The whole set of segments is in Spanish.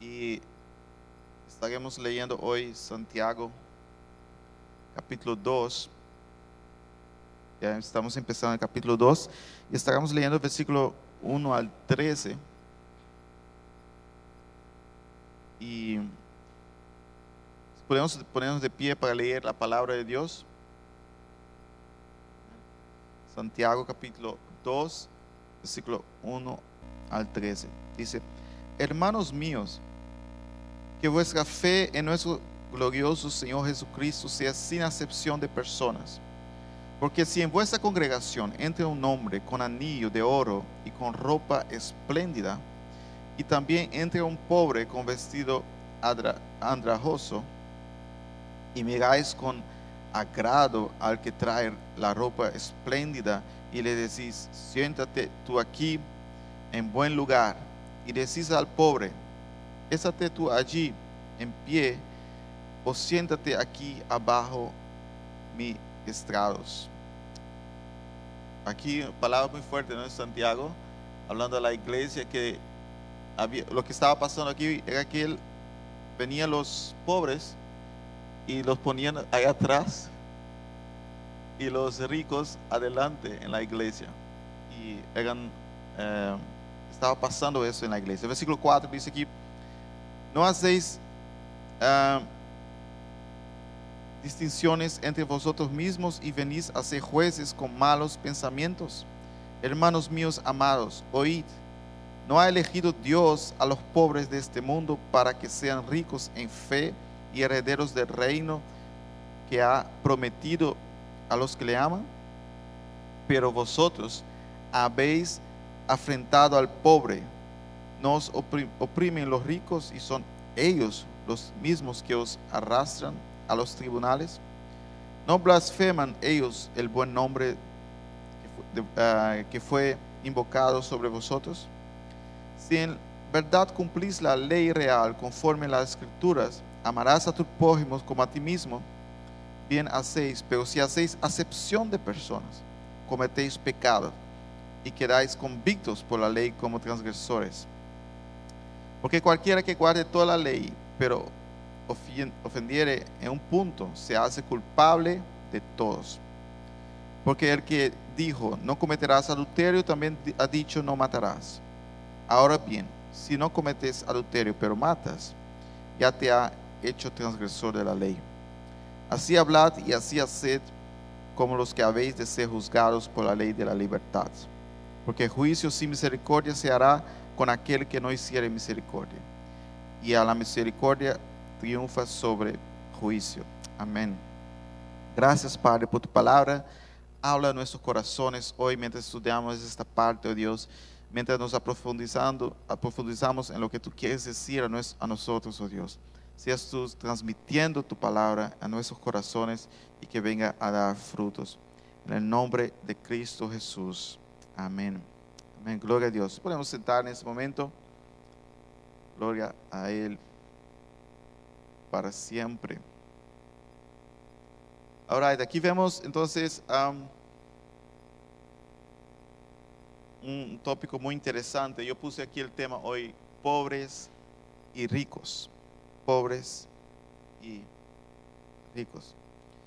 y estaremos leyendo hoy Santiago capítulo 2. Ya estamos empezando el capítulo 2 y estaremos leyendo el versículo 1 al 13. Y podemos ponernos de pie para leer la palabra de Dios. Santiago capítulo 2, versículo 1 al 13. Dice: Hermanos míos, que vuestra fe en nuestro glorioso Señor Jesucristo sea sin acepción de personas. Porque si en vuestra congregación entra un hombre con anillo de oro y con ropa espléndida, y también entra un pobre con vestido andrajoso, y miráis con agrado al que trae la ropa espléndida, y le decís: siéntate tú aquí en buen lugar, y decís al pobre: éstate tú allí en pie, o siéntate aquí abajo mis estrados. Aquí palabra muy fuerte, ¿no? En Santiago, hablando de la iglesia, que lo que estaba pasando aquí era que venían los pobres y los ponían ahí atrás y los ricos adelante en la iglesia. Y estaba pasando eso en la iglesia. El versículo 4 dice aquí: no hacéis distinciones entre vosotros mismos y venís a ser jueces con malos pensamientos. Hermanos míos amados, oíd. ¿No ha elegido Dios a los pobres de este mundo para que sean ricos en fe y herederos del reino que ha prometido a los que le aman? Pero vosotros habéis afrentado al pobre. Nos oprimen los ricos y son ellos los mismos que os arrastran a los tribunales. ¿No blasfeman ellos el buen nombre que fue invocado sobre vosotros? Si en verdad cumplís la ley real conforme a las escrituras, amarás a tus prójimos como a ti mismo, bien hacéis. Pero si hacéis acepción de personas, cometéis pecado y quedáis convictos por la ley como transgresores. Porque cualquiera que guarde toda la ley, pero ofendiere en un punto, se hace culpable de todos. Porque el que dijo: no cometerás adulterio, también ha dicho: no matarás. Ahora bien, si no cometes adulterio pero matas, ya te ha hecho transgresor de la ley. Así hablad y así haced como los que habéis de ser juzgados por la ley de la libertad. Porque juicio sin misericordia se hará con aquel que no hiciere misericordia. Y a la misericordia triunfa sobre juicio. Amén. Gracias, Padre, por tu palabra. Habla a nuestros corazones hoy mientras estudiamos esta parte, oh Dios, mientras nos aprofundizamos en lo que tú quieres decir a nosotros, oh Dios. Seas tú transmitiendo tu palabra a nuestros corazones y que venga a dar frutos. En el nombre de Cristo Jesús. Amén. Amén. Gloria a Dios. Podemos sentar en este momento. Gloria a Él para siempre. Ahora, aquí vemos entonces un tópico muy interesante. Yo puse aquí el tema hoy: pobres y ricos. Pobres y ricos.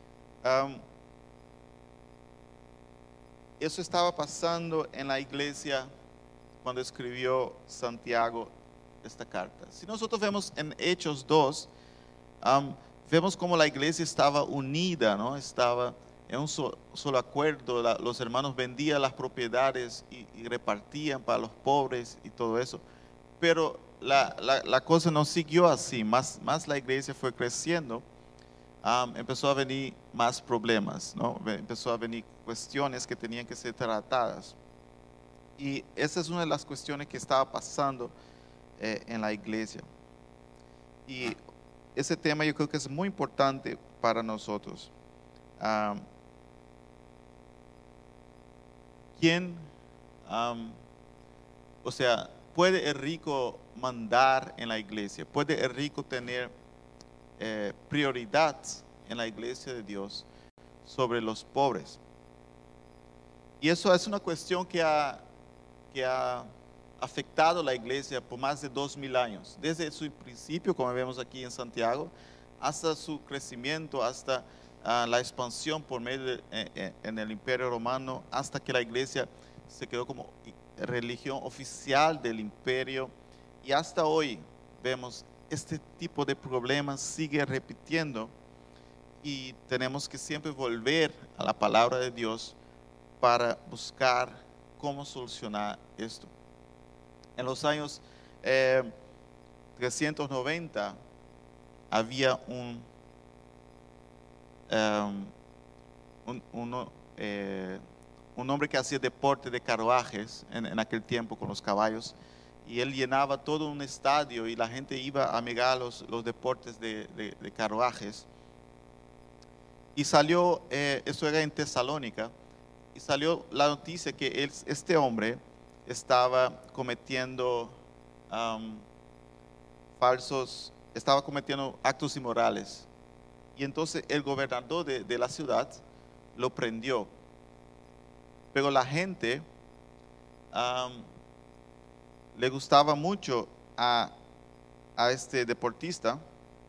Eso estaba pasando en la iglesia cuando escribió Santiago esta carta. Si nosotros vemos en Hechos 2, vemos cómo la iglesia estaba unida, ¿no? Estaba en un solo acuerdo. Los hermanos vendían las propiedades y repartían para los pobres y todo eso. Pero la cosa no siguió así. Más la iglesia fue creciendo. Empezó a venir más problemas, ¿no? Empezó a venir cuestiones que tenían que ser tratadas. Y esa es una de las cuestiones que estaba pasando en la iglesia. Y ese tema yo creo que es muy importante para nosotros. ¿Puede el rico mandar en la iglesia? ¿Puede el rico tener prioridad en la iglesia de Dios sobre los pobres? Y eso es una cuestión que ha afectado la iglesia por más de 2000 años, desde su principio, como vemos aquí en Santiago, hasta su crecimiento, hasta la expansión por medio en el Imperio Romano, hasta que la iglesia se quedó como religión oficial del imperio, y hasta hoy vemos este tipo de problemas sigue repitiendo, y tenemos que siempre volver a la palabra de Dios para buscar cómo solucionar esto. En los años 390 había un hombre que hacía deporte de carruajes en aquel tiempo con los caballos, y él llenaba todo un estadio y la gente iba a mirar los deportes de carruajes. Y salió, esto era en Tesalónica, y salió la noticia que este hombre estaba cometiendo estaba cometiendo actos inmorales. Y entonces el gobernador de la ciudad lo prendió. Pero la gente le gustaba mucho a este deportista,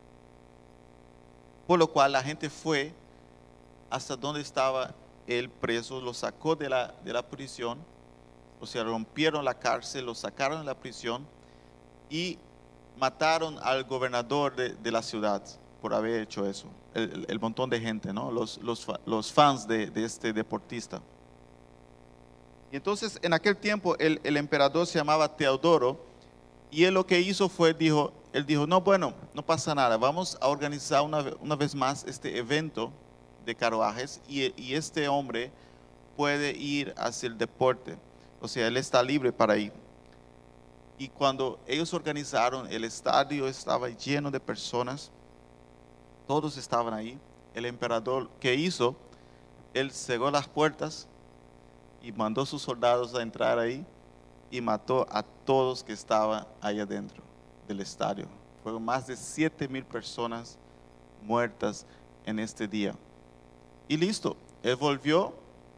por lo cual la gente fue hasta donde estaba él preso, lo sacó de la prisión, o sea, rompieron la cárcel, lo sacaron de la prisión y mataron al gobernador de la ciudad por haber hecho eso. El montón de gente, ¿no? Los fans de este deportista. Y entonces en aquel tiempo el emperador se llamaba Teodoro, y él lo que hizo fue, él dijo, no, bueno, no pasa nada, vamos a organizar una vez más este evento de carruajes, y este hombre puede ir hacia el deporte, o sea, él está libre para ir. Y cuando ellos organizaron, el estadio estaba lleno de personas, todos estaban ahí. El emperador, ¿qué hizo? Él cerró las puertas y mandó a sus soldados a entrar ahí y mató a todos que estaban ahí adentro del estadio. Fueron más de 7000 personas muertas en este día. Y listo, él volvió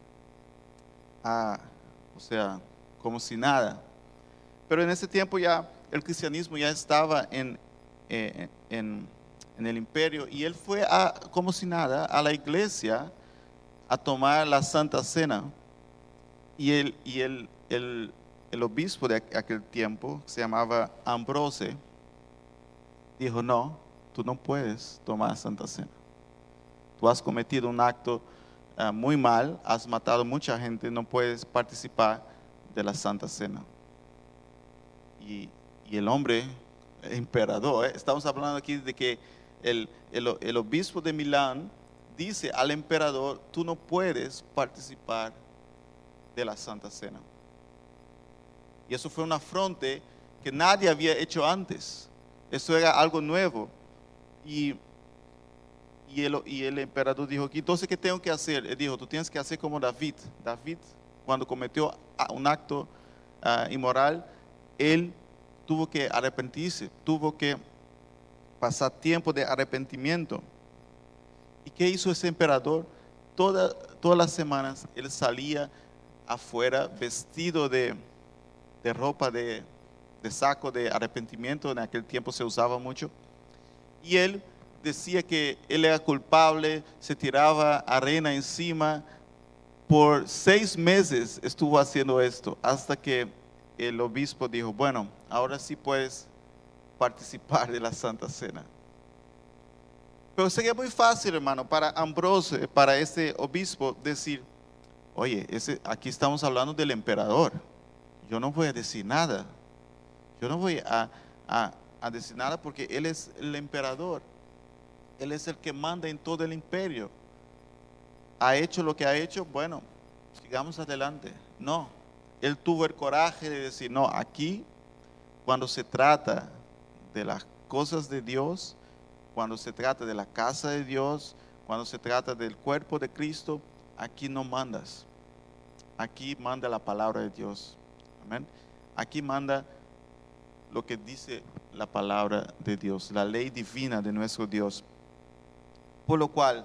o sea, como si nada. Pero en ese tiempo ya el cristianismo ya estaba en el imperio, y él fue como si nada a la iglesia a tomar la Santa Cena. Y el obispo de aquel tiempo, se llamaba Ambrose, dijo, no, tú no puedes tomar Santa Cena. Tú has cometido un acto muy mal, has matado mucha gente, no puedes participar de la Santa Cena. Y el hombre, el emperador, estamos hablando aquí de que el obispo de Milán dice al emperador, tú no puedes participar de la Santa Cena. Y eso fue un afronte que nadie había hecho antes. Eso era algo nuevo. Y el emperador dijo, entonces, ¿qué tengo que hacer? Él dijo, tú tienes que hacer como David. David, cuando cometió un acto inmoral, él tuvo que arrepentirse, tuvo que pasar tiempo de arrepentimiento. ¿Y qué hizo ese emperador? Todas las semanas él salía afuera vestido de ropa de saco de arrepentimiento. En aquel tiempo se usaba mucho. Y él decía que él era culpable, se tiraba arena encima. Por 6 meses estuvo haciendo esto, hasta que el obispo dijo, bueno, ahora sí puedes participar de la Santa Cena. Pero sería muy fácil, hermano, para Ambrose, para este obispo, decir, oye, aquí estamos hablando del emperador, yo no voy a decir nada, yo no voy a decir nada porque él es el emperador, él es el que manda en todo el imperio, ha hecho lo que ha hecho, bueno, sigamos adelante. No, él tuvo el coraje de decir, no, aquí cuando se trata de las cosas de Dios, cuando se trata de la casa de Dios, cuando se trata del cuerpo de Cristo, aquí no mandas, aquí manda la palabra de Dios. Amén. Aquí manda lo que dice la palabra de Dios, la ley divina de nuestro Dios. Por lo cual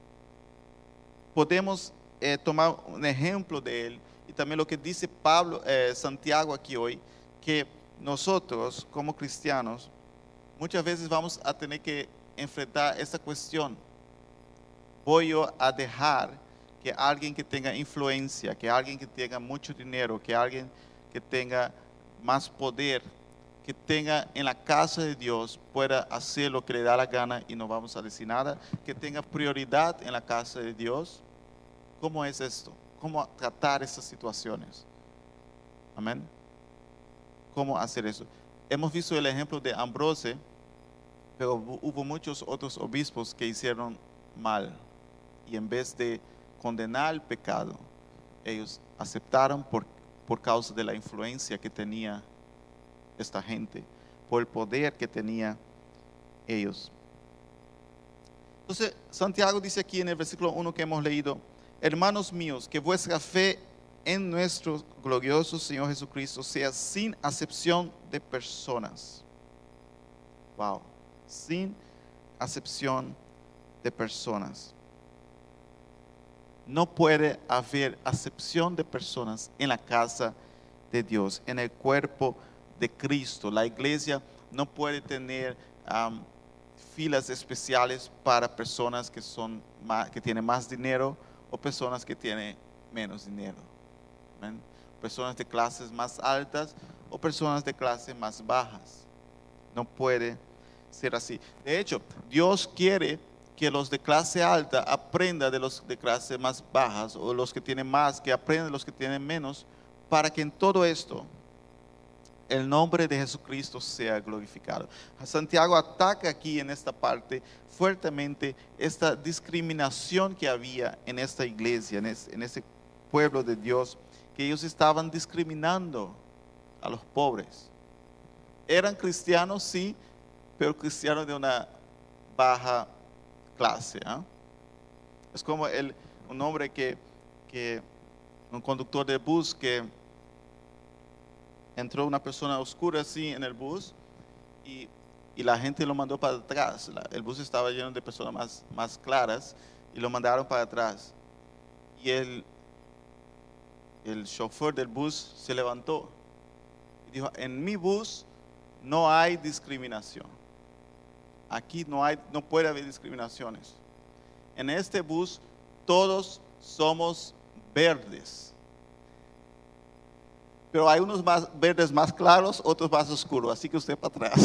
podemos tomar un ejemplo de él, y también lo que dice Santiago aquí hoy, que nosotros como cristianos muchas veces vamos a tener que enfrentar esta cuestión. Voy yo a dejar que alguien que tenga influencia, que alguien que tenga mucho dinero, que alguien que tenga más poder, que tenga en la casa de Dios, pueda hacer lo que le da la gana y no vamos a decir nada, que tenga prioridad en la casa de Dios? ¿Cómo es esto? ¿Cómo tratar estas situaciones? Amén. ¿Cómo hacer eso? Hemos visto el ejemplo de Ambrose, pero hubo muchos otros obispos que hicieron mal. Y en vez de condenar el pecado, ellos aceptaron por causa de la influencia que tenía esta gente, por el poder que tenía ellos. Entonces, Santiago dice aquí en el versículo 1 que hemos leído: hermanos míos, que vuestra fe en nuestro glorioso Señor Jesucristo sea sin acepción de personas. Wow, sin acepción de personas. No puede haber acepción de personas en la casa de Dios, en el cuerpo de Cristo. La iglesia no puede tener filas especiales para personas que tienen más dinero o personas que tienen menos dinero. ¿Ven? Personas de clases más altas o personas de clases más bajas. No puede ser así. De hecho, Dios quiere que los de clase alta aprendan de los de clase más bajas, o los que tienen más, que aprendan de los que tienen menos, para que en todo esto el nombre de Jesucristo sea glorificado. Santiago ataca aquí en esta parte fuertemente esta discriminación que había en esta iglesia, en ese pueblo de Dios, que ellos estaban discriminando a los pobres. Eran cristianos, sí, pero cristianos de una baja clase. Es como un hombre un conductor de bus, que entró una persona oscura así en el bus y la gente lo mandó para atrás. El bus estaba lleno de personas más claras y lo mandaron para atrás. Y el chofer del bus se levantó y dijo: en mi bus no hay discriminación. Aquí no puede haber discriminaciones. En este bus todos somos verdes. Pero hay unos verdes más claros, otros más oscuros. Así que usted para atrás.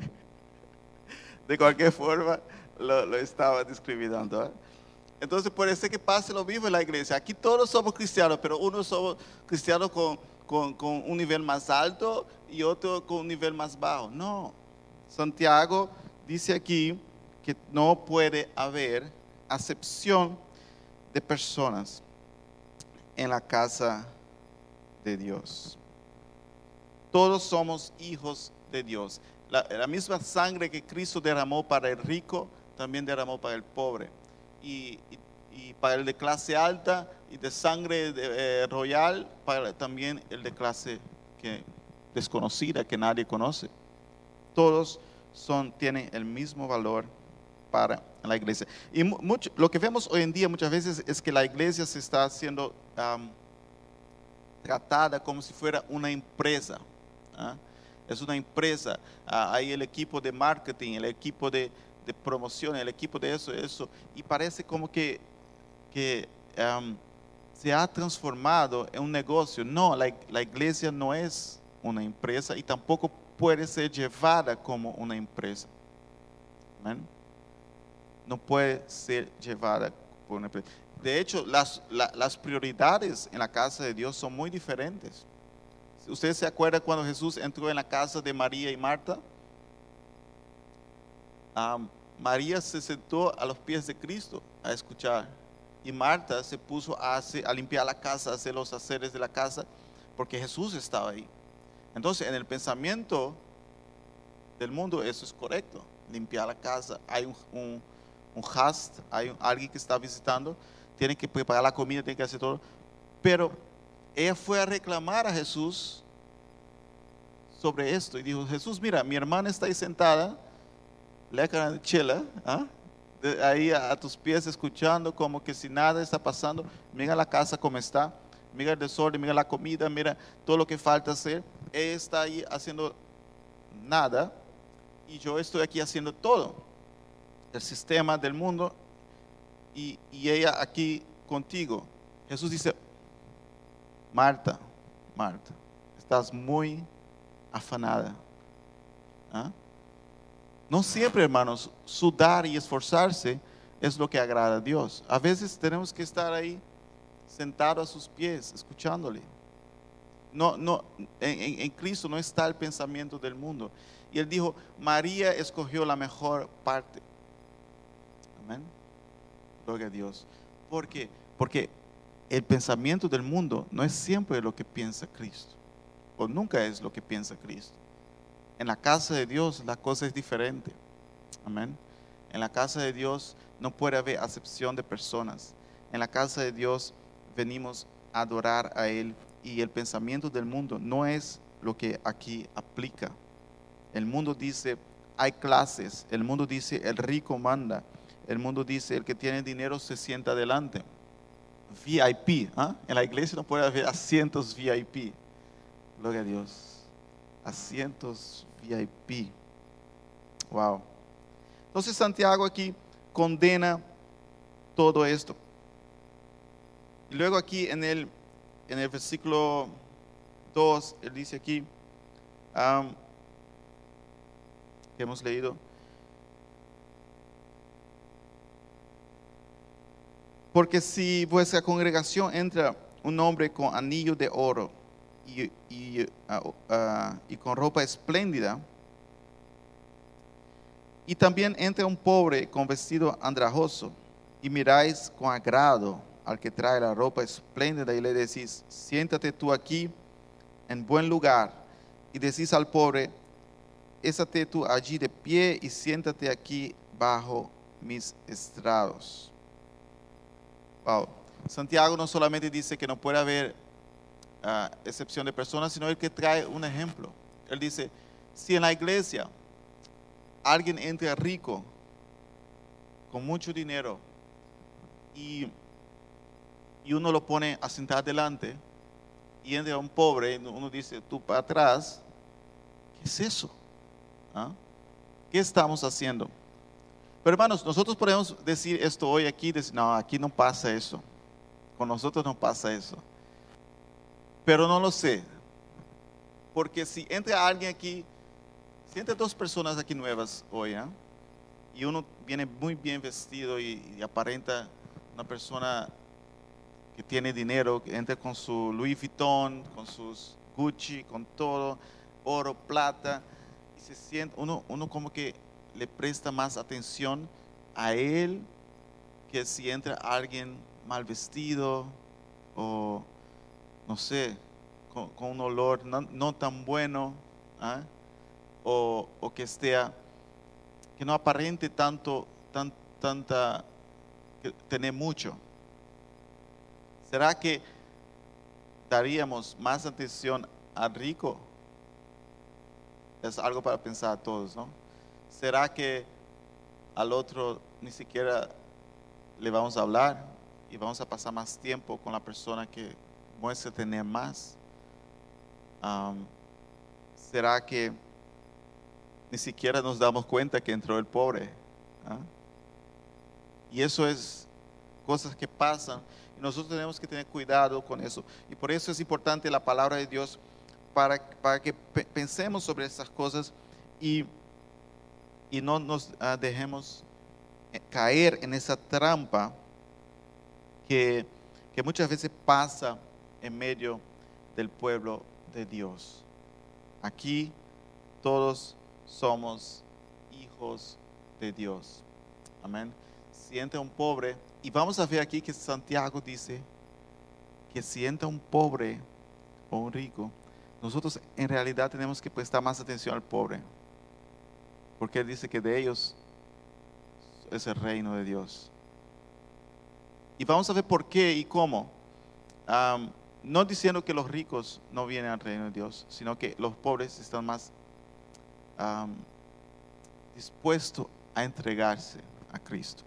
De cualquier forma, lo estaba discriminando. Entonces puede ser que pase lo mismo en la iglesia. Aquí todos somos cristianos, pero unos somos cristianos con un nivel más alto y otro con un nivel más bajo. No. Santiago dice aquí que no puede haber acepción de personas en la casa de Dios. Todos somos hijos de Dios. La misma sangre que Cristo derramó para el rico, también derramó para el pobre. Y para el de clase alta y de sangre royal, para también el de clase desconocida, que nadie conoce. Todos tienen el mismo valor para la iglesia. Y lo que vemos hoy en día muchas veces es que la iglesia se está haciendo tratada como si fuera una empresa. Es una empresa. Hay el equipo de marketing, el equipo de promoción, el equipo de eso, y parece como que se ha transformado en un negocio. No, la iglesia no es una empresa y tampoco puede ser llevada como una empresa. ¿Ven? No puede ser llevada como una empresa. De hecho, las prioridades en la casa de Dios son muy diferentes. ¿Usted se acuerda cuando Jesús entró en la casa de María y Marta? María se sentó a los pies de Cristo a escuchar, y Marta se puso a limpiar la casa, a hacer los haceres de la casa, porque Jesús estaba ahí. Entonces, en el pensamiento del mundo eso es correcto, limpiar la casa. Hay un host, hay alguien que está visitando, tiene que preparar la comida, tiene que hacer todo. Pero ella fue a reclamar a Jesús sobre esto y dijo: Jesús, mira, mi hermana está ahí sentada, la chela, ahí a tus pies, escuchando como que si nada está pasando. Mira la casa como está, mira el desorden, mira la comida, mira todo lo que falta hacer. ella está ahí haciendo nada y yo estoy aquí haciendo todo. El sistema del mundo y ella aquí contigo. Jesús dice, Marta, Marta, estás muy afanada. ¿Ah? No siempre, hermanos, sudar y esforzarse es lo que agrada a Dios. A veces tenemos que estar ahí sentado a sus pies, escuchándole. En Cristo no está el pensamiento del mundo. Y él dijo, María escogió la mejor parte. Amén. Gloria a Dios. ¿Por qué? Porque el pensamiento del mundo no es siempre lo que piensa Cristo. O nunca es lo que piensa Cristo. En la casa de Dios la cosa es diferente. Amén. En la casa de Dios no puede haber acepción de personas. En la casa de Dios venimos a adorar a Él y el pensamiento del mundo no es lo que aquí aplica. El mundo dice, hay clases. El mundo dice, el rico manda. El mundo dice, el que tiene dinero se sienta adelante. VIP. ¿Ah? En la iglesia no puede haber asientos VIP. Gloria a Dios. Asientos VIP. Wow. Entonces Santiago aquí condena todo esto. Y luego aquí en el versículo 2, él dice aquí, que hemos leído, porque si vuestra congregación entra un hombre con anillo de oro y con ropa espléndida, y también entra un pobre con vestido andrajoso, y miráis con agrado al que trae la ropa espléndida y le decís, siéntate tú aquí en buen lugar, y decís al pobre, éstate tú allí de pie y siéntate aquí bajo mis estrados. Wow. Santiago no solamente dice que no puede haber excepción de personas, sino el que trae un ejemplo. Él dice, si en la iglesia alguien entra rico, con mucho dinero, y uno lo pone a sentar delante, y entra un pobre, uno dice, tú para atrás, ¿qué es eso? ¿Ah? ¿Qué estamos haciendo? Pero hermanos, nosotros podemos decir esto hoy aquí, decir, no, aquí no pasa eso, con nosotros no pasa eso. Pero no lo sé, porque si entra alguien aquí, si entra dos personas aquí nuevas hoy, ¿eh? Y uno viene muy bien vestido y aparenta una persona que tiene dinero, que entra con su Louis Vuitton, con sus Gucci, con todo, oro, plata, y se siente, uno como que le presta más atención a él que si entra alguien mal vestido o no sé, con un olor no tan bueno, ¿ah? O que esté, que no aparente tanta, que tener mucho. ¿Será que daríamos más atención al rico? Es algo para pensar a todos, ¿no? ¿Será que al otro ni siquiera le vamos a hablar y vamos a pasar más tiempo con la persona que muestra tener más? ¿Será que ni siquiera nos damos cuenta que entró el pobre? ¿Ah? Y eso es cosas que pasan y nosotros tenemos que tener cuidado con eso. Y por eso es importante la palabra de Dios para que pensemos sobre estas cosas y no nos dejemos caer en esa trampa que muchas veces pasa en medio del pueblo de Dios. Aquí todos somos hijos de Dios. Amén. Si entra un pobre, y vamos a ver aquí que Santiago dice que si entra un pobre o un rico, nosotros en realidad tenemos que prestar más atención al pobre, porque él dice que de ellos es el reino de Dios. Y vamos a ver por qué y cómo. No diciendo que los ricos no vienen al reino de Dios, sino que los pobres están más dispuestos a entregarse a Cristo.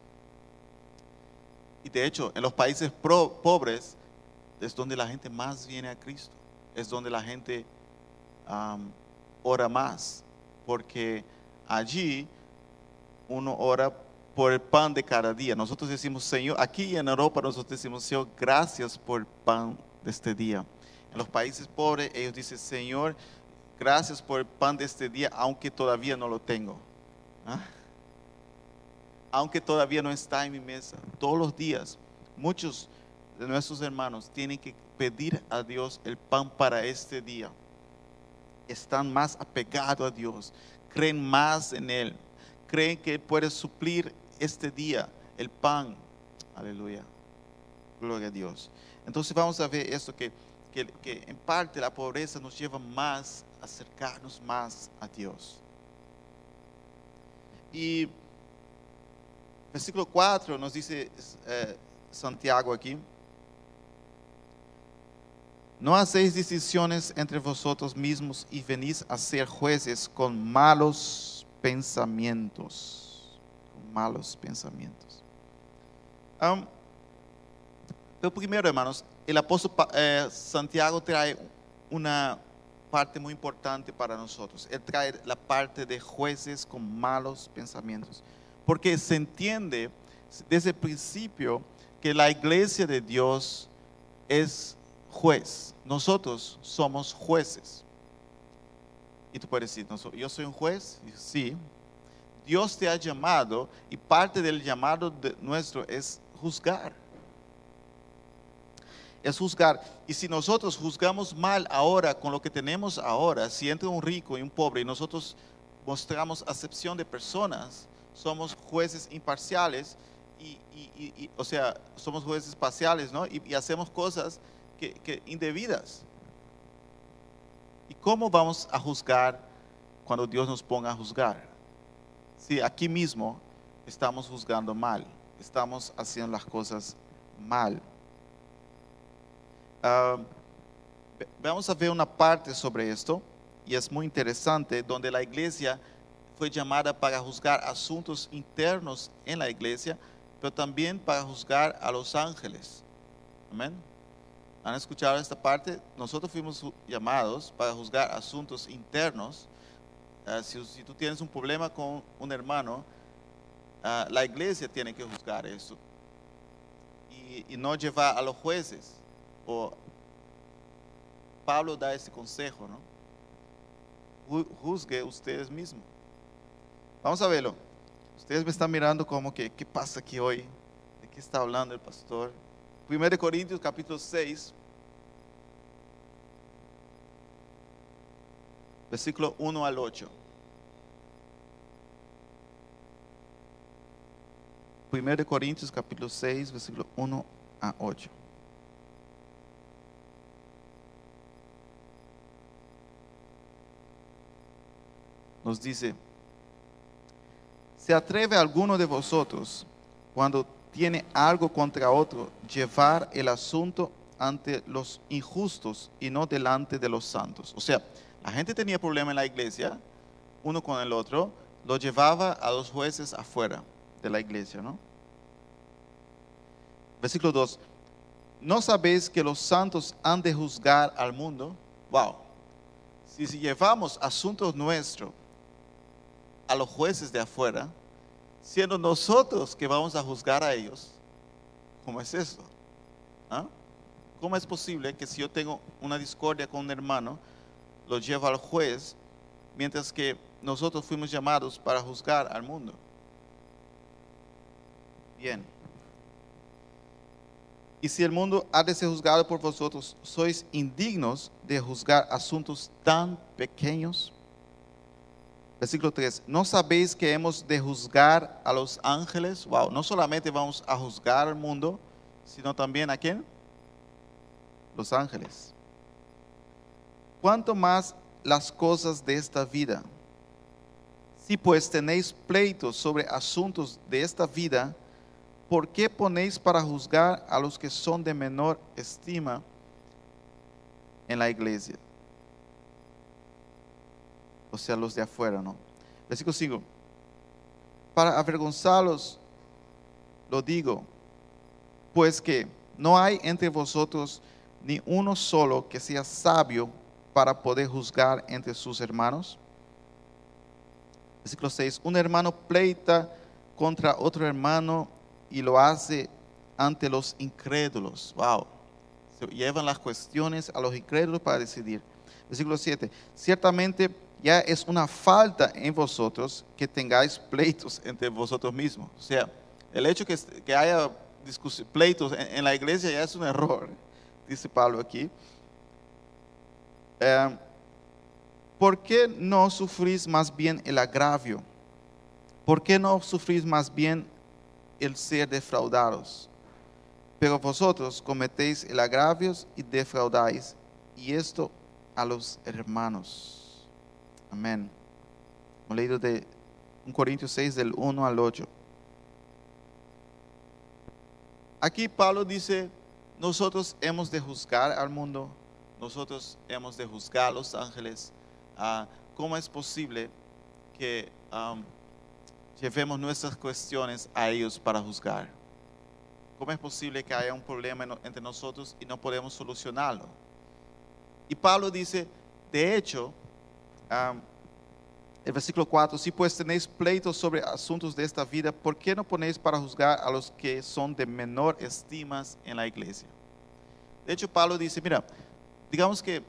Y de hecho, en los países pobres es donde la gente más viene a Cristo. Es donde la gente ora más, porque allí uno ora por el pan de cada día. Nosotros decimos, Señor, aquí en Europa nosotros decimos, Señor, gracias por el pan de este día. En los países pobres ellos dicen, Señor, gracias por el pan de este día, aunque todavía no lo tengo. ¿Ah? Aunque todavía no está en mi mesa. Todos los días, muchos de nuestros hermanos tienen que pedir a Dios el pan para este día. Están más apegados a Dios, creen más en Él, creen que Él puede suplir este día el pan. Aleluya. Gloria a Dios. Entonces vamos a ver esto, que en parte la pobreza nos lleva más a acercarnos más a Dios. Y versículo 4 nos dice Santiago aquí: no hacéis distinciones entre vosotros mismos y venís a ser jueces con malos pensamientos. Con malos pensamientos. Pero primero, hermanos, el apóstol Santiago trae una parte muy importante para nosotros. Él trae la parte de jueces con malos pensamientos. Porque se entiende desde el principio que la iglesia de Dios es juez. Nosotros somos jueces. Y tú puedes decir, ¿yo soy un juez? Sí. Dios te ha llamado y parte del llamado nuestro es juzgar. Es juzgar. Y si nosotros juzgamos mal ahora con lo que tenemos ahora, si entra un rico y un pobre y nosotros mostramos acepción de personas, somos jueces imparciales o sea, somos jueces parciales, ¿no? Y hacemos cosas que indebidas. ¿Y cómo vamos a juzgar cuando Dios nos ponga a juzgar? Si aquí mismo estamos juzgando mal, estamos haciendo las cosas mal. Vamos a ver una parte sobre esto, y es muy interesante, donde la iglesia fue llamada para juzgar asuntos internos en la iglesia, pero también para juzgar a los ángeles. Amén. ¿Han escuchado esta parte? Nosotros fuimos llamados para juzgar asuntos internos. Si tú tienes un problema con un hermano, la iglesia tiene que juzgar eso y no llevar a los jueces. Pablo da ese consejo, ¿no? Juzgue ustedes mismos. Vamos a verlo. Ustedes me están mirando como que, ¿qué pasa aquí hoy? ¿De qué está hablando el pastor? 1 Corintios capítulo 6, versículo 1 al 8. 1 Corintios capítulo 6, versículo 1 a 8. Nos dice: ¿se atreve alguno de vosotros, cuando tiene algo contra otro, llevar el asunto ante los injustos y no delante de los santos? O sea, la gente tenía problema en la iglesia, uno con el otro, lo llevaba a los jueces afuera de la iglesia, ¿no? Versículo 2. ¿No sabéis que los santos han de juzgar al mundo? Wow. Si llevamos asuntos nuestros a los jueces de afuera, siendo nosotros que vamos a juzgar a ellos, ¿cómo es eso? ¿Ah? ¿Cómo es posible que si yo tengo una discordia con un hermano, lo llevo al juez, mientras que nosotros fuimos llamados para juzgar al mundo? Bien. Y si el mundo ha de ser juzgado por vosotros, ¿sois indignos de juzgar asuntos tan pequeños? Versículo 3. ¿No sabéis que hemos de juzgar a los ángeles? Wow, no solamente vamos a juzgar al mundo, sino también ¿a quién? Los ángeles. ¿Cuánto más las cosas de esta vida? Si pues tenéis pleitos sobre asuntos de esta vida, ¿por qué ponéis para juzgar a los que son de menor estima en la iglesia? O sea, los de afuera, ¿no? Versículo 5. Para avergonzarlos lo digo, pues que no hay entre vosotros ni uno solo que sea sabio para poder juzgar entre sus hermanos? Versículo 6. Un hermano pleita contra otro hermano y lo hace ante los incrédulos. Wow. Se llevan las cuestiones a los incrédulos para decidir. Versículo 7. Ciertamente ya es una falta en vosotros que tengáis pleitos entre vosotros mismos. O sea, el hecho que haya pleitos en la iglesia ya es un error, dice Pablo aquí. ¿Por qué no sufrís más bien el agravio? ¿Por qué no sufrís más bien el ser defraudados? Pero vosotros cometéis el agravio y defraudáis, y esto a los hermanos. Amén. Hemos leído de 1 Corintios 6 del 1 al 8. Aquí Pablo dice, nosotros hemos de juzgar al mundo, nosotros hemos de juzgar a los ángeles. ¿Cómo es posible que llevemos nuestras cuestiones a ellos para juzgar? ¿Cómo es posible que haya un problema entre nosotros y no podemos solucionarlo? Y Pablo dice, de hecho, el versículo 4, si pues tenéis pleitos sobre asuntos de esta vida, ¿por qué no ponéis para juzgar a los que son de menor estima en la iglesia? De hecho, Pablo dice, mira, digamos que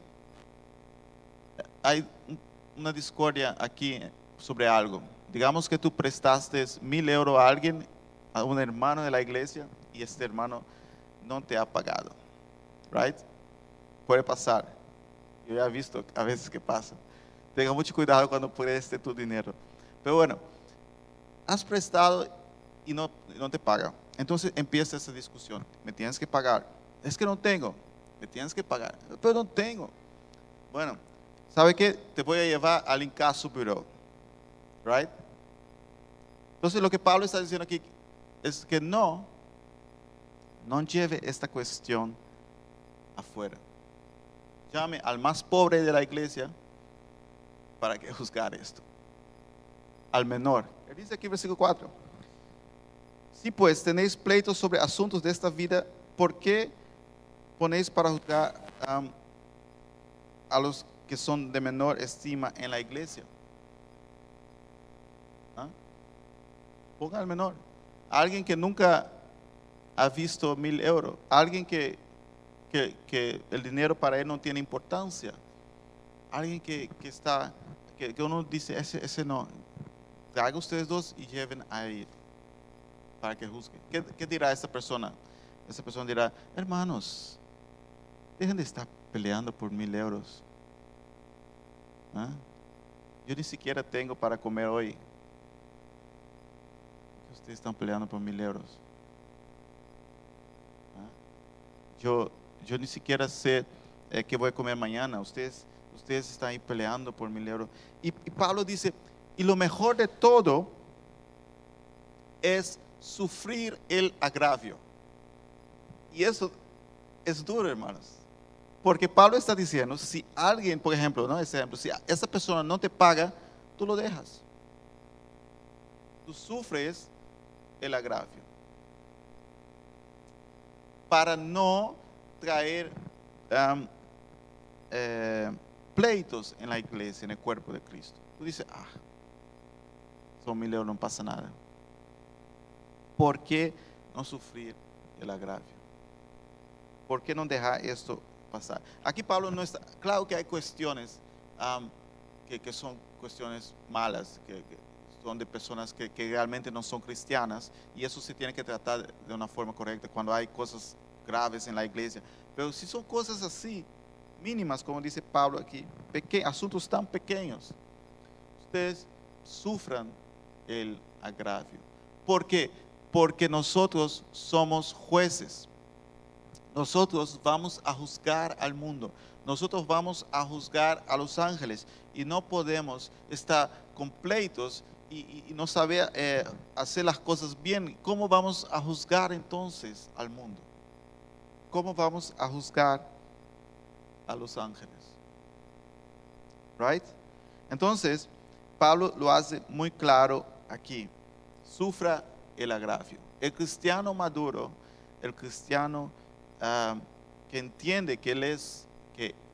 hay una discordia aquí sobre algo. Digamos que tú prestaste 1,000 euros a alguien, a un hermano de la iglesia, y este hermano no te ha pagado. Right? Puede pasar. Yo ya he visto a veces que pasa. Tenga mucho cuidado cuando preste tu dinero. Pero bueno, has prestado y no te paga. Entonces empieza esa discusión. Me tienes que pagar. Es que no tengo. Me tienes que pagar. Pero no tengo. Bueno, ¿sabe qué? Te voy a llevar al incasso bureau. Right? Entonces lo que Pablo está diciendo aquí es que no lleve esta cuestión afuera. Llame al más pobre de la iglesia para que juzgar esto. Al menor. Él dice aquí versículo 4. Si pues tenéis pleitos sobre asuntos de esta vida, ¿por qué ponéis para juzgar a los que son de menor estima en la iglesia? Ponga al menor. Alguien que nunca ha visto 1,000 euros. Alguien que el dinero para él no tiene importancia. Alguien que uno dice, ese no. Traiga ustedes dos y lleven a él para que juzgue. ¿Qué dirá esta persona? Esta persona dirá, hermanos, dejen de estar peleando por 1,000 euros. Yo ni siquiera tengo para comer hoy. Ustedes están peleando por 1,000 euros. Yo ni siquiera sé qué voy a comer mañana. Ustedes están ahí peleando por 1,000 euros. Y Pablo dice, y lo mejor de todo es sufrir el agravio. Y eso es duro, hermanos. Porque Pablo está diciendo, si alguien, por ejemplo, ¿no? Ese ejemplo, si esa persona no te paga, tú lo dejas. Tú sufres el agravio. Para no traer pleitos en la iglesia, en el cuerpo de Cristo. Tú dices, son 1,000 euros, no pasa nada. ¿Por qué no sufrir el agravio? ¿Por qué no dejar esto pasar? Aquí Pablo no está, claro que hay cuestiones que son cuestiones malas, que son de personas que realmente no son cristianas, y eso se tiene que tratar de una forma correcta cuando hay cosas graves en la iglesia. Pero si son cosas así, mínimas, como dice Pablo aquí, asuntos tan pequeños, ustedes sufran el agravio. ¿Por qué? Porque nosotros somos jueces. Nosotros vamos a juzgar al mundo. Nosotros vamos a juzgar a los ángeles. Y no podemos estar con pleitos y no saber hacer las cosas bien. ¿Cómo vamos a juzgar entonces al mundo? ¿Cómo vamos a juzgar a los ángeles? Right? Entonces, Pablo lo hace muy claro aquí. Sufra el agravio. El cristiano maduro, el cristiano que entiende que él es, que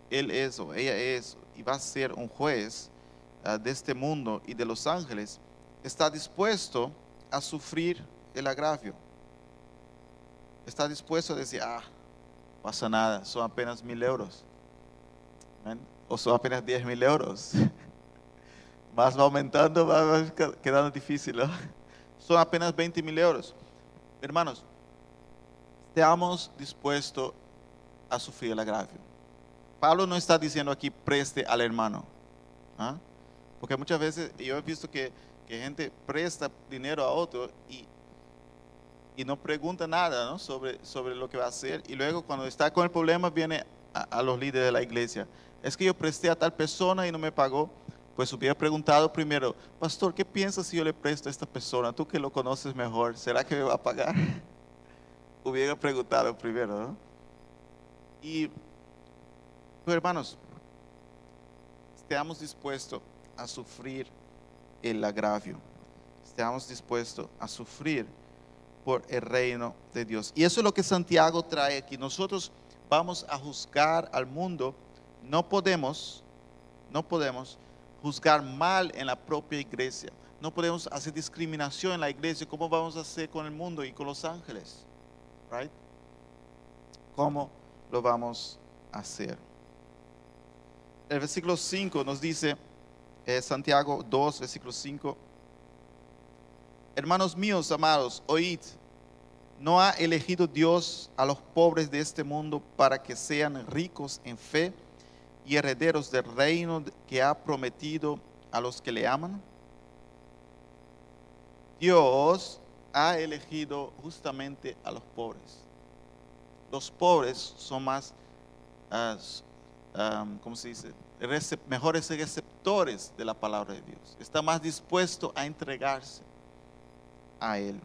él es o ella es y va a ser un juez de este mundo y de los ángeles, está dispuesto a sufrir el agravio. Está dispuesto a decir, pasa nada, son apenas 1.000 euros. ¿Ven? O son apenas 10.000 euros. Más va aumentando, va quedando difícil, ¿no? Son apenas 20.000 euros. Hermanos, estamos dispuestos a sufrir el agravio. Pablo no está diciendo aquí preste al hermano. ¿Ah? Porque muchas veces yo he visto que gente presta dinero a otro y no pregunta nada, ¿no? sobre lo que va a hacer. Y luego cuando está con el problema viene a los líderes de la iglesia. Es que yo presté a tal persona y no me pagó. Pues hubiera preguntado primero, pastor, ¿qué piensas si yo le presto a esta persona? Tú que lo conoces mejor, ¿será que me va a pagar? Hubiera preguntado primero, ¿no? Y, pues, hermanos, estamos dispuestos a sufrir el agravio. Estamos dispuestos a sufrir por el reino de Dios. Y eso es lo que Santiago trae aquí. Nosotros vamos a juzgar al mundo. No podemos juzgar mal en la propia iglesia. No podemos hacer discriminación en la iglesia. ¿Cómo vamos a hacer con el mundo y con los ángeles? Right? ¿Cómo lo vamos a hacer? El versículo 5 nos dice, Santiago 2, versículo 5, hermanos míos amados, oíd, ¿no ha elegido Dios a los pobres de este mundo para que sean ricos en fe y herederos del reino que ha prometido a los que le aman? Dios ha elegido justamente a los pobres. Los pobres son más, ¿cómo se dice? Mejores receptores de la palabra de Dios. Está más dispuesto a entregarse a Él.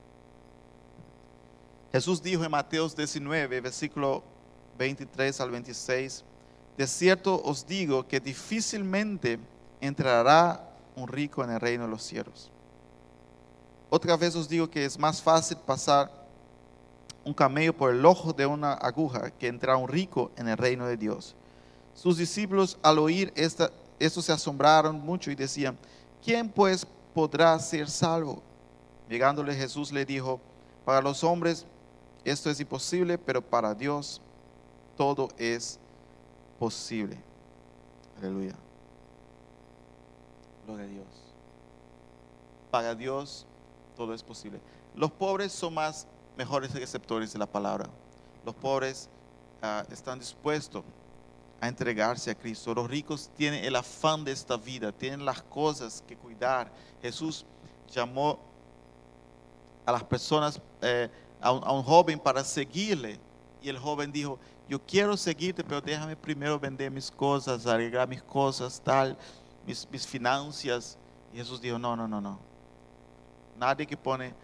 Jesús dijo en Mateo 19, versículo 23 al 26, de cierto os digo que difícilmente entrará un rico en el reino de los cielos. Otra vez os digo que es más fácil pasar un camello por el ojo de una aguja que entrar un rico en el reino de Dios. Sus discípulos al oír esto se asombraron mucho y decían, ¿quién pues podrá ser salvo? Llegándole Jesús le dijo, para los hombres esto es imposible, pero para Dios todo es posible. Aleluya. Gloria a Dios. Para Dios todo es posible. Los pobres son mejores receptores de la palabra. Los pobres están dispuestos a entregarse a Cristo. Los ricos tienen el afán de esta vida, tienen las cosas que cuidar. Jesús llamó a las personas, a un joven para seguirle, y el joven dijo, yo quiero seguirte, pero déjame primero vender mis cosas, arreglar mis cosas, mis finanzas. Y Jesús dijo, no. Nadie que pone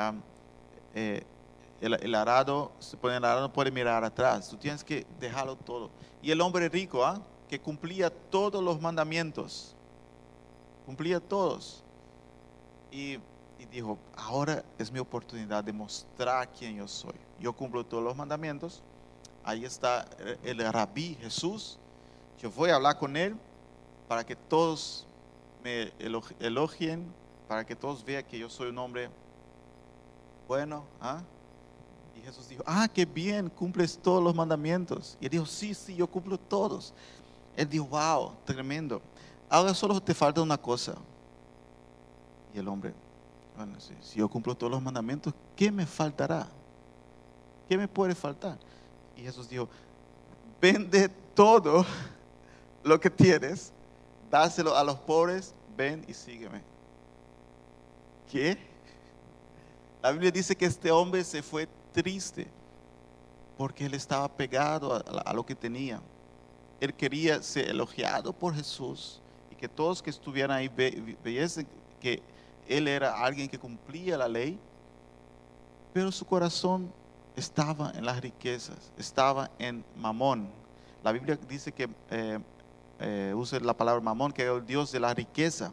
el arado, se pone el arado, no puede mirar atrás. Tú tienes que dejarlo todo. Y el hombre rico, que cumplía todos los mandamientos, cumplía todos. Y dijo, ahora es mi oportunidad de mostrar quién yo soy. Yo cumplo todos los mandamientos. Ahí está el rabí Jesús. Yo voy a hablar con él para que todos me elogien, para que todos vean que yo soy un hombre bueno. Y Jesús dijo, qué bien, cumples todos los mandamientos. Y él dijo, sí, yo cumplo todos. Él dijo, wow, tremendo. Ahora solo te falta una cosa. Y el hombre, bueno, si yo cumplo todos los mandamientos, ¿qué me faltará? ¿Qué me puede faltar? Y Jesús dijo, vende todo lo que tienes, dáselo a los pobres, ven y sígueme. ¿Qué? La Biblia dice que este hombre se fue triste porque él estaba pegado a lo que tenía. Él quería ser elogiado por Jesús y que todos que estuvieran ahí viesen que él era alguien que cumplía la ley, pero su corazón estaba en las riquezas, estaba en Mamón. La Biblia dice que usa la palabra Mamón, que es el Dios de la riqueza.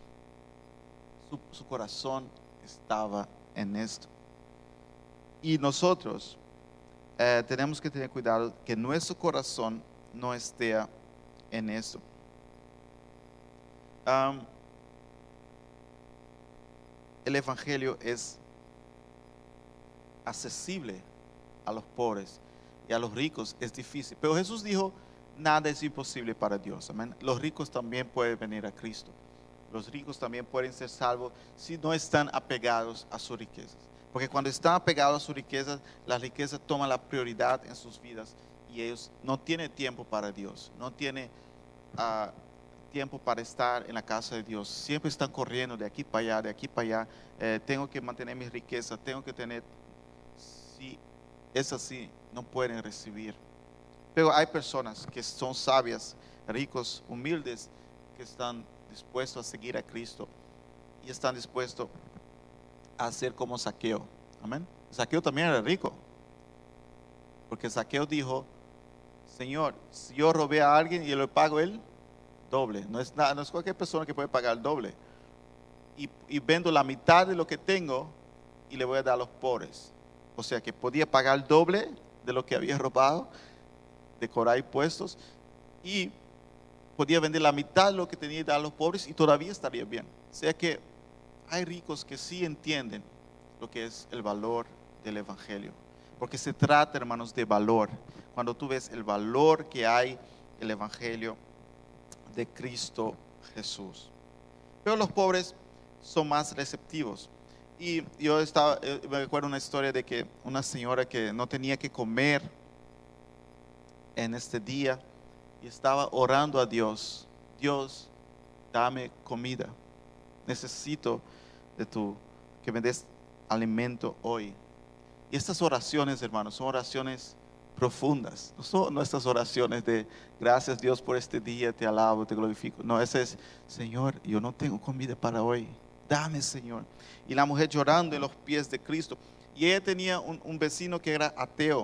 Su corazón estaba en esto. Y nosotros tenemos que tener cuidado que nuestro corazón no esté en esto. Am, el Evangelio es accesible a los pobres y a los ricos es difícil. Pero Jesús dijo, nada es imposible para Dios. Amén. Los ricos también pueden venir a Cristo. Los ricos también pueden ser salvos si no están apegados a sus riquezas. Porque cuando están apegados a sus riquezas, las riquezas toman la prioridad en sus vidas y ellos no tienen tiempo para Dios, no tienen tiempo para estar en la casa de Dios. Siempre están corriendo de aquí para allá, de aquí para allá. Tengo que mantener mis riquezas, tengo que tener. Si es así, no pueden recibir. Pero hay personas que son sabias, ricos, humildes, que están dispuestos a seguir a Cristo y están dispuestos a hacer como Zaqueo. Amén. Zaqueo también era rico, porque Zaqueo dijo, Señor, si yo robé a alguien y yo le pago el doble, no es cualquier persona que puede pagar el doble, y vendo la mitad de lo que tengo y le voy a dar a los pobres. O sea que podía pagar el doble de lo que había robado, de cobrar impuestos, y podía vender la mitad de lo que tenía y dar a los pobres y todavía estaría bien. O sea que hay ricos que sí entienden lo que es el valor del Evangelio. Porque se trata, hermanos, de valor. Cuando tú ves el valor que hay el Evangelio de Cristo Jesús. Pero los pobres son más receptivos. Y yo me recuerdo una historia de que una señora que no tenía que comer en este día y estaba orando a Dios. Dios, dame comida. Necesito que me des alimento hoy. Y estas oraciones, hermanos, son oraciones profundas. No son nuestras oraciones de gracias Dios por este día, te alabo, te glorifico. No, ese es, Señor, yo no tengo comida para hoy. Dame, Señor. Y la mujer llorando en los pies de Cristo. Y ella tenía un vecino que era ateo.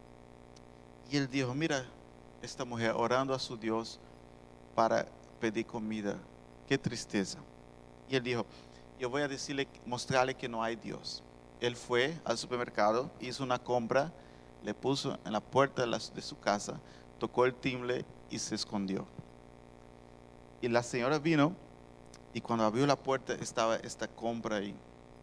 Y él dijo, mira, esta mujer orando a su Dios para pedir comida. Qué tristeza. Y él dijo, yo voy a mostrarle que no hay Dios. Él fue al supermercado, hizo una compra, le puso en la puerta de su casa, tocó el timbre y se escondió. Y la señora vino y cuando abrió la puerta estaba esta compra ahí.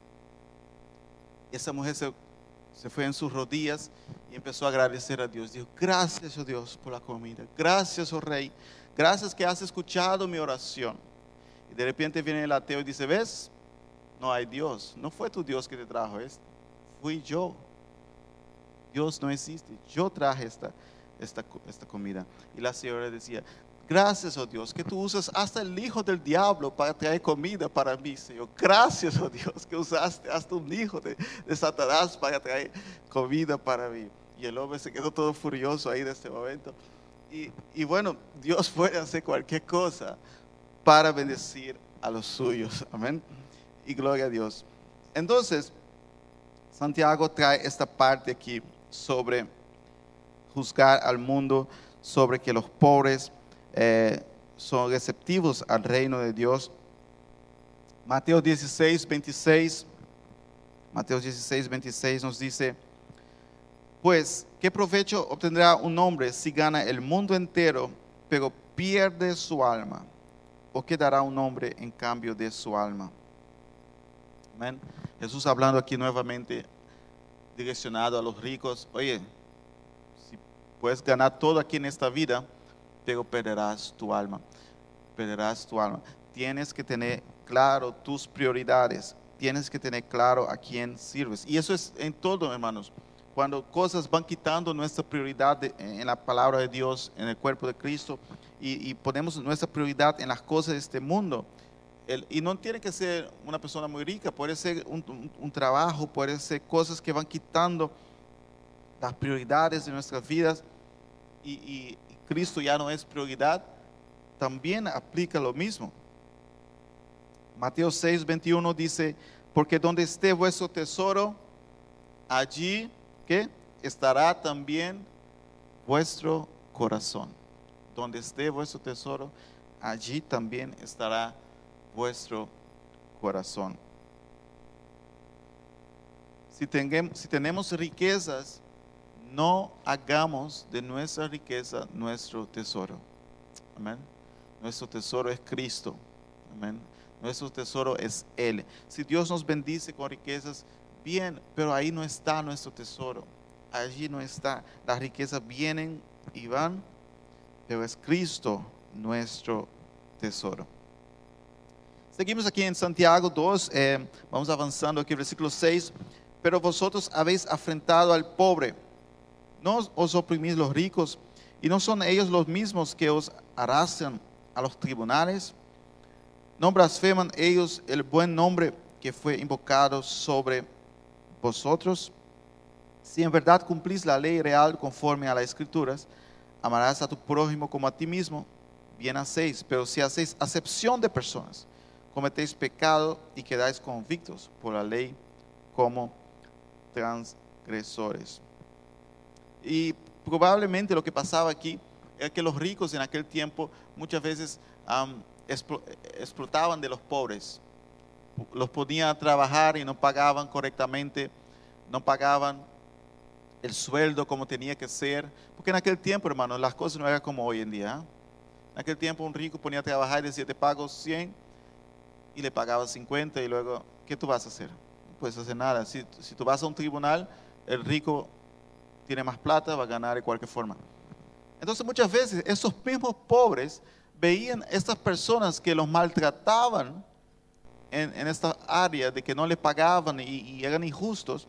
Esa mujer se fue en sus rodillas y empezó a agradecer a Dios. Dijo, gracias, oh Dios, por la comida. Gracias, oh Rey. Gracias que has escuchado mi oración. Y de repente viene el ateo y dice, ¿ves? No hay Dios. No fue tu Dios que te trajo esto. Fui yo. Dios no existe. Yo traje esta comida. Y la señora decía, gracias, oh Dios, que tú usas hasta el hijo del diablo para traer comida para mí, Señor. Gracias, oh Dios, que usaste hasta un hijo de Satanás para traer comida para mí. Y el hombre se quedó todo furioso ahí de este momento. Y bueno, Dios puede hacer cualquier cosa para bendecir a los suyos. Amén. Y gloria a Dios. Entonces, Santiago trae esta parte aquí sobre juzgar al mundo, sobre que los pobres son receptivos al reino de Dios. Mateo 16, 26 nos dice, pues, ¿qué provecho obtendrá un hombre si gana el mundo entero, pero pierde su alma? ¿O qué dará un hombre en cambio de su alma? Amén. Jesús hablando aquí nuevamente, direccionado a los ricos. Oye, si puedes ganar todo aquí en esta vida, pero perderás tu alma. Perderás tu alma. Tienes que tener claro tus prioridades. Tienes que tener claro a quién sirves. Y eso es en todo, hermanos. Cuando cosas van quitando nuestra prioridad en la palabra de Dios, en el cuerpo de Cristo, y ponemos nuestra prioridad en las cosas de este mundo. Y no tiene que ser una persona muy rica, puede ser un trabajo, puede ser cosas que van quitando las prioridades de nuestras vidas y Cristo ya no es prioridad. También aplica lo mismo. Mateo 6, 21 dice, porque donde esté vuestro tesoro, allí, ¿qué? Estará también vuestro corazón. Donde esté vuestro tesoro, allí también estará vuestro corazón. Si tenemos riquezas, no hagamos de nuestra riqueza nuestro tesoro. Amén. Nuestro tesoro es Cristo. Amén. Nuestro tesoro es Él. Si Dios nos bendice con riquezas, bien, pero ahí no está nuestro tesoro. Allí no está. Las riquezas vienen y van, pero es Cristo nuestro tesoro. Seguimos aquí en Santiago 2, vamos avanzando aquí, versículo 6. Pero vosotros habéis afrentado al pobre, no os oprimís los ricos, y no son ellos los mismos que os arrastran a los tribunales. No blasfeman ellos el buen nombre que fue invocado sobre vosotros. Si en verdad cumplís la ley real conforme a las Escrituras, amarás a tu prójimo como a ti mismo, bien hacéis. Pero si hacéis acepción de personas, cometéis pecado y quedáis convictos por la ley como transgresores. Y probablemente lo que pasaba aquí era que los ricos en aquel tiempo muchas veces explotaban de los pobres. Los ponían a trabajar y no pagaban correctamente, no pagaban el sueldo como tenía que ser, porque en aquel tiempo, hermano, las cosas no eran como hoy en día. En aquel tiempo un rico ponía a trabajar y decía, te pago 100 y le pagaba 50 y luego, ¿qué tú vas a hacer? No puedes hacer nada. Si tú vas a un tribunal, el rico tiene más plata, va a ganar de cualquier forma. Entonces muchas veces esos mismos pobres veían estas personas que los maltrataban en esta área de que no les pagaban y eran injustos.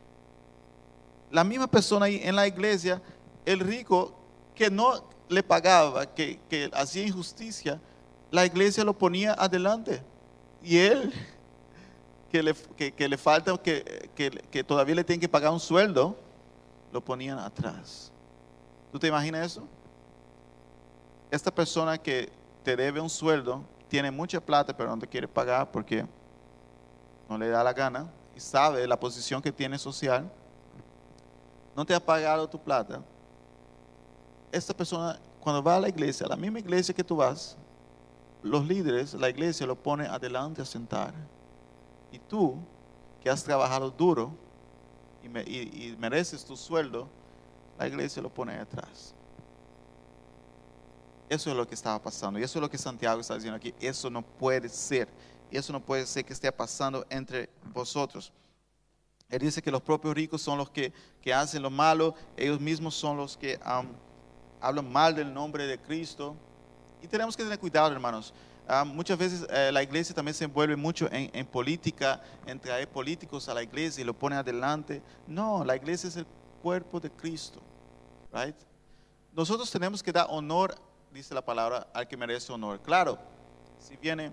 La misma persona ahí en la iglesia, el rico que no le pagaba, que hacía injusticia, la iglesia lo ponía adelante. Y él, que le falta, que todavía le tienen que pagar un sueldo, lo ponían atrás. ¿Tú te imaginas eso? Esta persona que te debe un sueldo, tiene mucha plata, pero no te quiere pagar porque no le da la gana y sabe la posición que tiene social, no te ha pagado tu plata. Esta persona, cuando va a la iglesia, a la misma iglesia que tú vas, los líderes, la iglesia lo pone adelante a sentar. Y tú, que has trabajado duro y mereces tu sueldo, la iglesia lo pone atrás. Eso es lo que estaba pasando. Y eso es lo que Santiago está diciendo aquí. Eso no puede ser. Y eso no puede ser que esté pasando entre vosotros. Él dice que los propios ricos son los que hacen lo malo. Ellos mismos son los que hablan mal del nombre de Cristo. Y tenemos que tener cuidado, hermanos. Muchas veces la iglesia también se envuelve mucho en política, en traer políticos a la iglesia y lo ponen adelante. No, la iglesia es el cuerpo de Cristo. Right? Nosotros tenemos que dar honor, dice la palabra, al que merece honor. Claro, si viene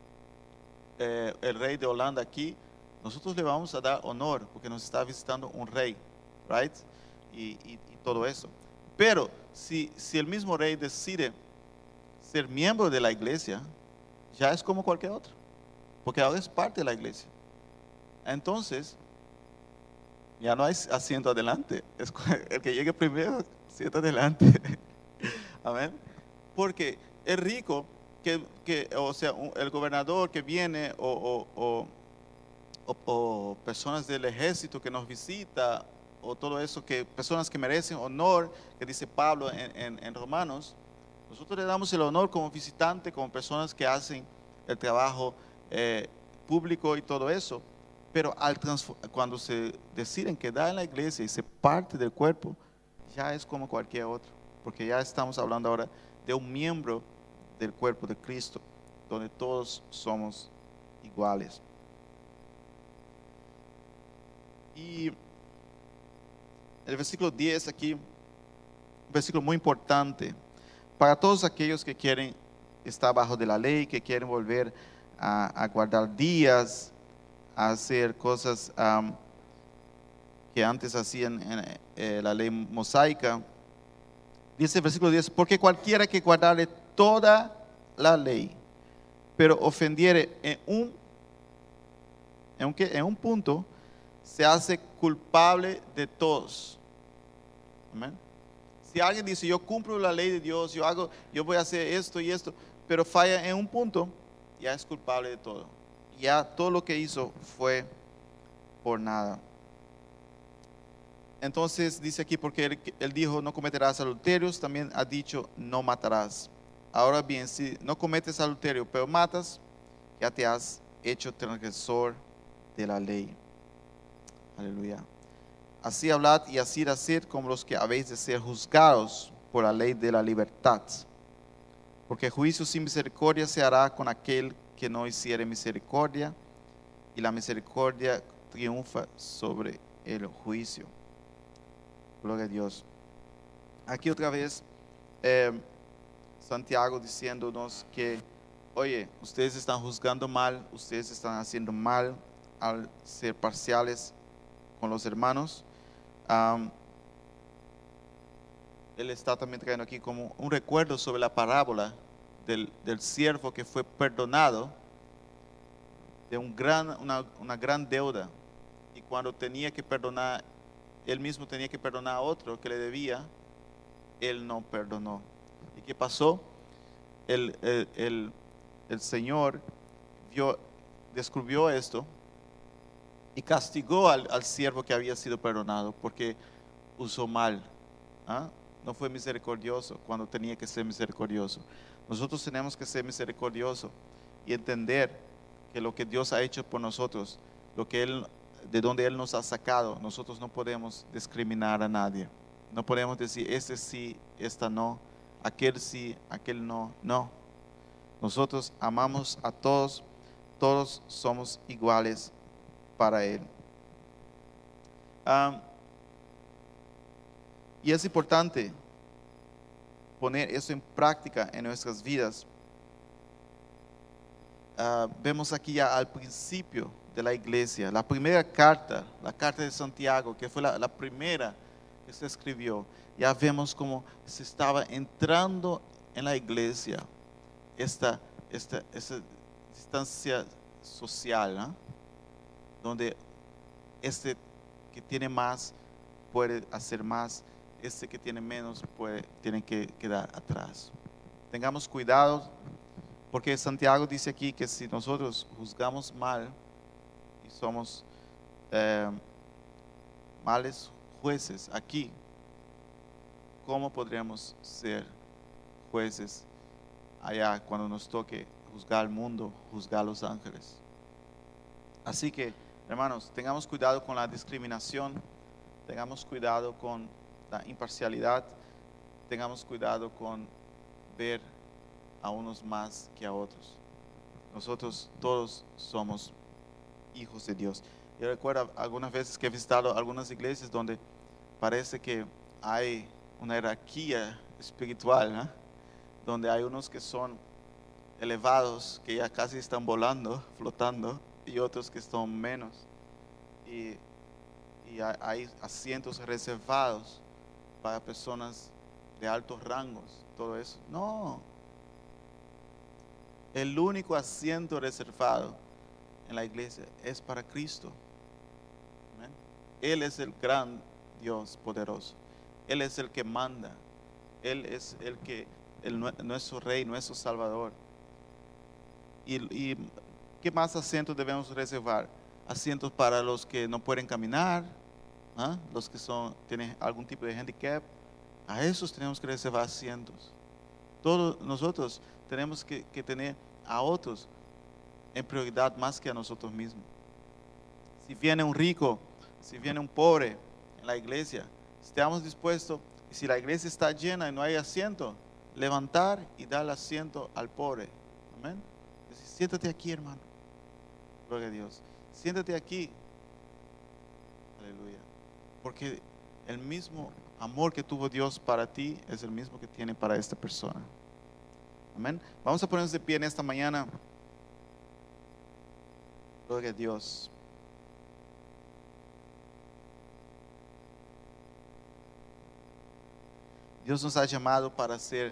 el rey de Holanda aquí, nosotros le vamos a dar honor porque nos está visitando un rey, right? Y todo eso. Pero si el mismo rey decide ser miembro de la iglesia, ya es como cualquier otro, porque ahora es parte de la iglesia. Entonces, ya no hay asiento adelante, es el que llegue primero, sienta adelante. Amén. Porque el rico, o sea, el gobernador que viene o personas del ejército que nos visita, o todo eso, que personas que merecen honor, que dice Pablo en Romanos, nosotros le damos el honor como visitante, como personas que hacen el trabajo público y todo eso, pero cuando se deciden quedar en la iglesia y se parte del cuerpo, ya es como cualquier otro, porque ya estamos hablando ahora de un miembro del cuerpo de Cristo, donde todos somos iguales. Y el versículo 10 aquí, un versículo muy importante, para todos aquellos que quieren estar bajo de la ley, que quieren volver a guardar días, a hacer cosas que antes hacían en la ley mosaica. Dice el versículo 10, porque cualquiera que guardare toda la ley, pero ofendiere en un punto, se hace culpable de todos. Amén. Si alguien dice, yo cumplo la ley de Dios, yo voy a hacer esto y esto, pero falla en un punto, ya es culpable de todo. Ya todo lo que hizo fue por nada. Entonces dice aquí, porque él dijo, no cometerás adulterios, también ha dicho, no matarás. Ahora bien, si no cometes adulterio, pero matas, ya te has hecho transgresor de la ley. Aleluya. Así hablad y así haced como los que habéis de ser juzgados por la ley de la libertad. Porque juicio sin misericordia se hará con aquel que no hiciere misericordia, y la misericordia triunfa sobre el juicio. Gloria a Dios. Aquí otra vez Santiago diciéndonos que, oye, ustedes están juzgando mal, ustedes están haciendo mal al ser parciales con los hermanos. Él está también trayendo aquí como un recuerdo sobre la parábola del siervo que fue perdonado de una gran deuda, y cuando tenía que perdonar, él mismo tenía que perdonar a otro que le debía, él no perdonó. ¿Y qué pasó? El Señor descubrió esto y castigó al siervo que había sido perdonado porque usó mal. ¿Ah? No fue misericordioso cuando tenía que ser misericordioso. Nosotros tenemos que ser misericordiosos y entender que lo que Dios ha hecho por nosotros, de donde Él nos ha sacado, nosotros no podemos discriminar a nadie. No podemos decir, este sí, esta no, aquel sí, aquel no. No. Nosotros amamos a todos, todos somos iguales para Él. Y es importante poner eso en práctica en nuestras vidas. Vemos aquí ya al principio de la iglesia, la primera carta, la carta de Santiago, que fue la primera que se escribió. Ya vemos cómo se estaba entrando en la iglesia esta distancia social, ¿no? Donde este que tiene más puede hacer más, este que tiene menos tiene que quedar atrás. Tengamos cuidado, porque Santiago dice aquí que si nosotros juzgamos mal y somos males jueces aquí, ¿cómo podríamos ser jueces allá cuando nos toque juzgar al mundo, juzgar a los ángeles? Así que, hermanos, tengamos cuidado con la discriminación, tengamos cuidado con la imparcialidad, tengamos cuidado con ver a unos más que a otros. Nosotros todos somos hijos de Dios. Yo recuerdo algunas veces que he visitado algunas iglesias donde parece que hay una jerarquía espiritual, ¿no? Donde hay unos que son elevados, que ya casi están volando, flotando, y otros que están menos. Y hay asientos reservados para personas de altos rangos, todo eso. No. El único asiento reservado en la iglesia es para Cristo. Amén. Él es el gran Dios poderoso. Él es el que manda. Él es nuestro Rey, nuestro Salvador. ¿Y qué más asientos debemos reservar? Asientos para los que no pueden caminar, ¿ah? Los que tienen algún tipo de handicap. A esos tenemos que reservar asientos. Todos nosotros tenemos que tener a otros en prioridad más que a nosotros mismos. Si viene un rico, si viene un pobre en la iglesia, estamos dispuestos, y si la iglesia está llena y no hay asiento, levantar y dar el asiento al pobre. Amén. Decir, siéntate aquí, hermano. Gloria a Dios. Siéntate aquí. Aleluya. Porque el mismo amor que tuvo Dios para ti es el mismo que tiene para esta persona. Amén. Vamos a ponernos de pie en esta mañana. Gloria a Dios. Dios nos ha llamado para ser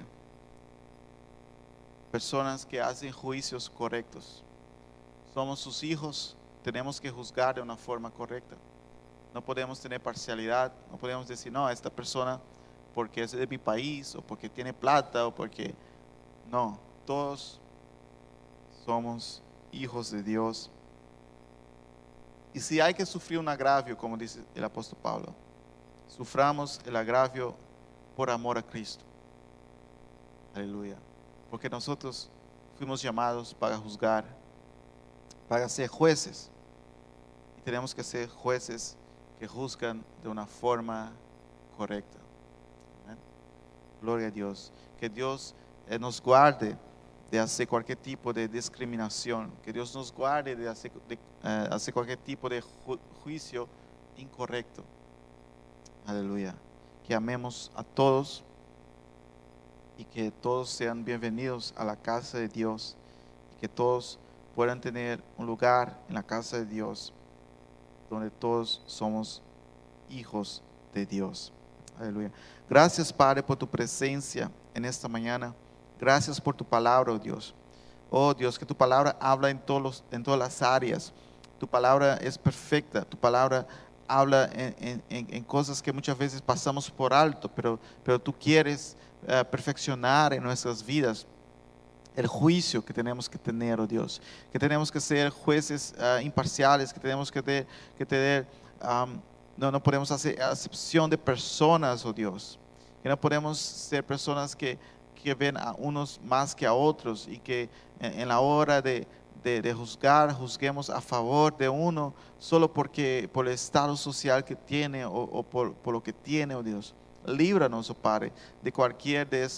personas que hacen juicios correctos. Somos sus hijos, tenemos que juzgar de una forma correcta. No podemos tener parcialidad, no podemos decir, no, esta persona porque es de mi país, o porque tiene plata, o porque... No, todos somos hijos de Dios. Y si hay que sufrir un agravio, como dice el apóstol Pablo, suframos el agravio por amor a Cristo. Aleluya. Porque nosotros fuimos llamados para juzgar, para ser jueces. Y tenemos que ser jueces que juzgan de una forma correcta. Amén. Gloria a Dios. Que Dios nos guarde de hacer cualquier tipo de discriminación. Que Dios nos guarde de hacer cualquier tipo de juicio incorrecto. Aleluya. Que amemos a todos y que todos sean bienvenidos a la casa de Dios y que todos puedan tener un lugar en la casa de Dios donde todos somos hijos de Dios. Aleluya. Gracias, Padre, por tu presencia en esta mañana. Gracias por tu palabra, oh Dios. Oh Dios, que tu palabra habla en todas las áreas. Tu palabra es perfecta. Tu palabra habla en cosas que muchas veces pasamos por alto, pero tú quieres perfeccionar en nuestras vidas el juicio que tenemos que tener, oh Dios, que tenemos que ser jueces imparciales, que tenemos que tener, no podemos hacer acepción de personas, oh Dios, que no podemos ser personas que ven a unos más que a otros y que en la hora de juzgar, juzguemos a favor de uno solo por el estado social que tiene o por lo que tiene, oh Dios. Líbranos, oh Padre, de cualquier de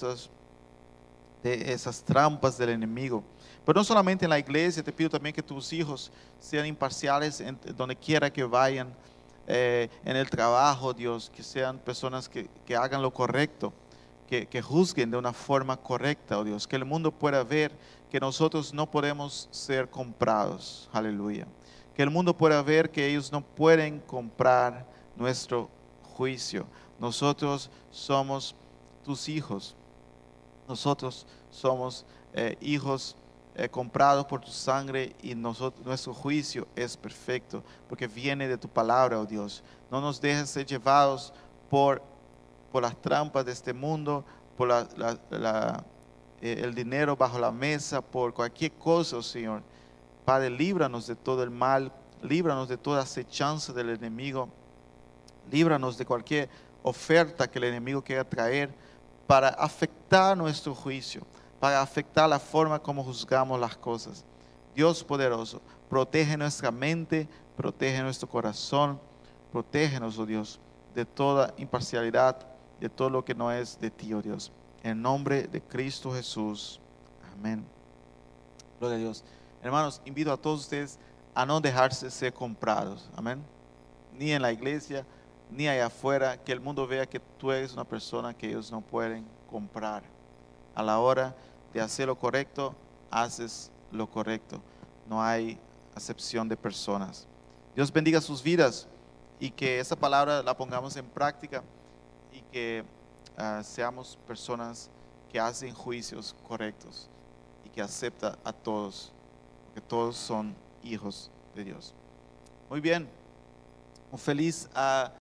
esas trampas del enemigo. Pero no solamente en la iglesia, te pido también que tus hijos sean imparciales en donde quiera que vayan, en el trabajo, Dios, que sean personas que hagan lo correcto, que juzguen de una forma correcta, oh Dios, que el mundo pueda ver que nosotros no podemos ser comprados, aleluya. Que el mundo pueda ver que ellos no pueden comprar nuestro juicio. Nosotros somos tus hijos. Nosotros somos hijos comprados por tu sangre y nuestro juicio es perfecto porque viene de tu palabra, oh Dios. No nos dejes ser llevados por las trampas de este mundo, por el dinero bajo la mesa, por cualquier cosa, oh Señor. Padre, líbranos de todo el mal, líbranos de toda acechanza del enemigo, líbranos de cualquier oferta que el enemigo quiera traer para afectar nuestro juicio, para afectar la forma como juzgamos las cosas. Dios poderoso, protege nuestra mente, protege nuestro corazón, protégenos, oh Dios, de toda imparcialidad, de todo lo que no es de ti, oh Dios. En nombre de Cristo Jesús. Amén. Gloria a Dios. Hermanos, invito a todos ustedes a no dejarse ser comprados. Amén. Ni en la iglesia, ni allá afuera, que el mundo vea que tú eres una persona que ellos no pueden comprar. A la hora de hacer lo correcto, haces lo correcto. No hay acepción de personas. Dios bendiga sus vidas y que esa palabra la pongamos en práctica y que seamos personas que hacen juicios correctos y que aceptan a todos, porque todos son hijos de Dios. Muy bien, un feliz